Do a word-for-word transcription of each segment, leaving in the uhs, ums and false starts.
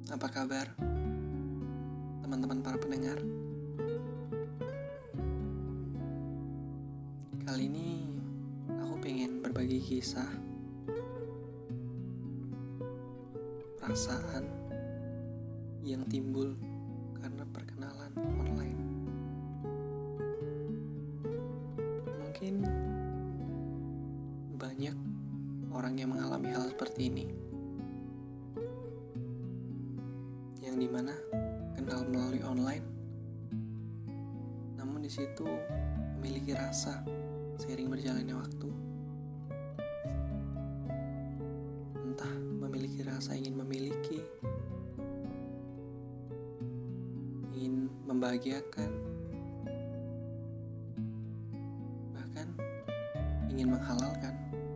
Apa kabar teman-teman para pendengar? Kali ini aku pengen berbagi kisah, perasaan yang timbul karena perkenalan online. Mungkin banyak orang yang mengalami hal seperti ini, yang dimana kenal melalui online, namun di situ memiliki rasa seiring berjalannya waktu. Entah memiliki rasa ingin memiliki, ingin membahagiakan, bahkan ingin menghalalkan.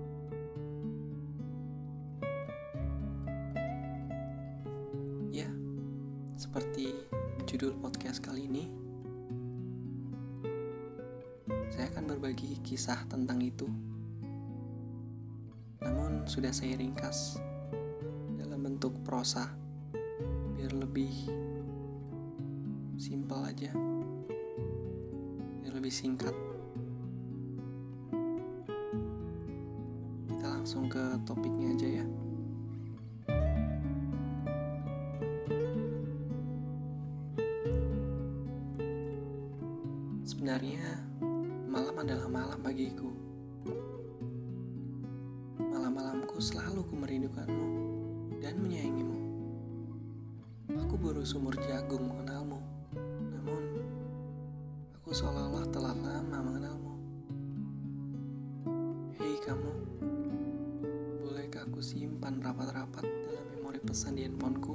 Ya, seperti judul podcast kali ini, saya akan berbagi kisah tentang itu. Namun sudah saya ringkas dalam bentuk prosa, biar lebih simpel aja, biar lebih singkat. Kita langsung ke topiknya aja ya. Sebenarnya malam adalah malam bagiku. Malam-malamku selalu ku merindukanmu dan menyayangimu. Aku baru seumur jagung mengenalmu, namun aku seolah-olah telah lama mengenalmu. Hei kamu, bolehkah aku simpan rapat-rapat dalam memori pesan di handphoneku?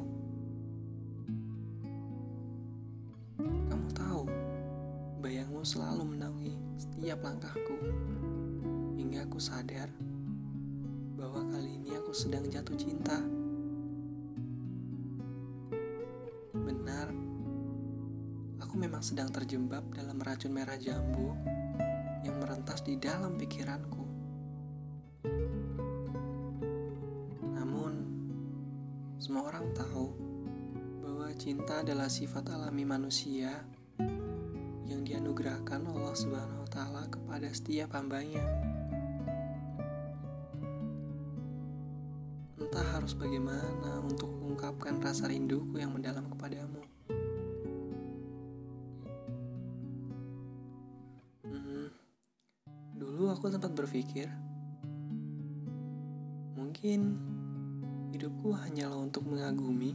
Kamu tahu, bayangmu selalu menaungi setiap langkahku, hingga aku sadar bahwa kali ini aku sedang jatuh cinta. Benar, aku memang sedang terjebak dalam racun merah jambu yang merentas di dalam pikiranku. Namun, semua orang tahu bahwa cinta adalah sifat alami manusia yang dianugerahkan Allah Subhanahu wa Ta'ala kepada setiap hambanya. Entah harus bagaimana untuk mengungkapkan rasa rinduku yang mendalam kepadamu. Hmm, dulu aku sempat berpikir, mungkin hidupku hanyalah untuk mengagumi,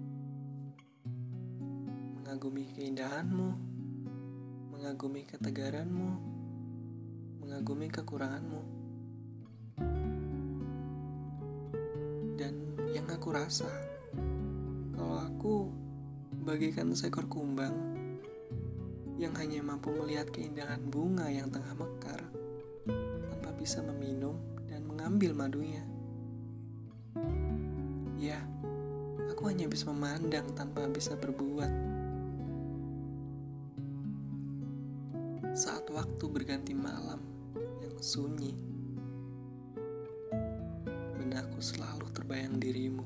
mengagumi keindahanmu, mengagumi ketegaranmu, mengagumi kekuranganmu. Dan yang aku rasa, kalau aku bagaikan seekor kumbang yang hanya mampu melihat keindahan bunga yang tengah mekar tanpa bisa meminum dan mengambil madunya. Ya, aku hanya bisa memandang tanpa bisa berbuat. Saat waktu berganti malam yang sunyi, benakku selalu terbayang dirimu.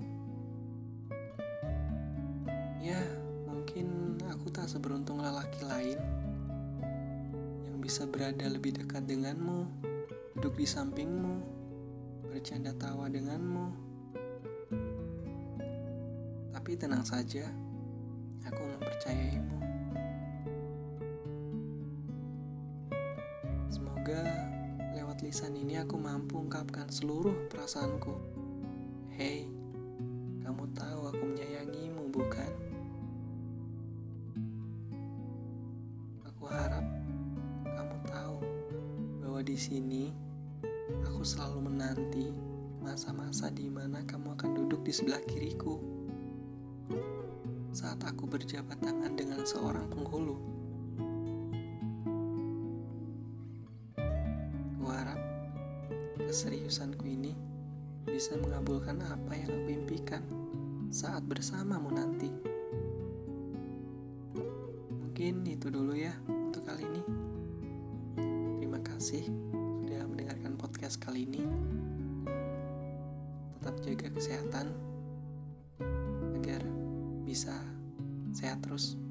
Ya, mungkin aku tak seberuntung lelaki lain yang bisa berada lebih dekat denganmu, duduk di sampingmu, bercanda tawa denganmu. Tapi tenang saja, aku mempercayaimu. Semoga lewat lisan ini aku mampu ungkapkan seluruh perasaanku. Hei, kamu tahu aku menyayangimu, bukan? Aku harap kamu tahu bahwa di sini aku selalu menanti masa-masa di mana kamu akan duduk di sebelah kiriku saat aku berjabat tangan dengan seorang penghulu. Keseriusanku ini bisa mengabulkan apa yang aku impikan saat bersamamu nanti. Mungkin itu dulu ya untuk kali ini. Terima kasih sudah mendengarkan podcast kali ini. Tetap jaga kesehatan agar sehat terus.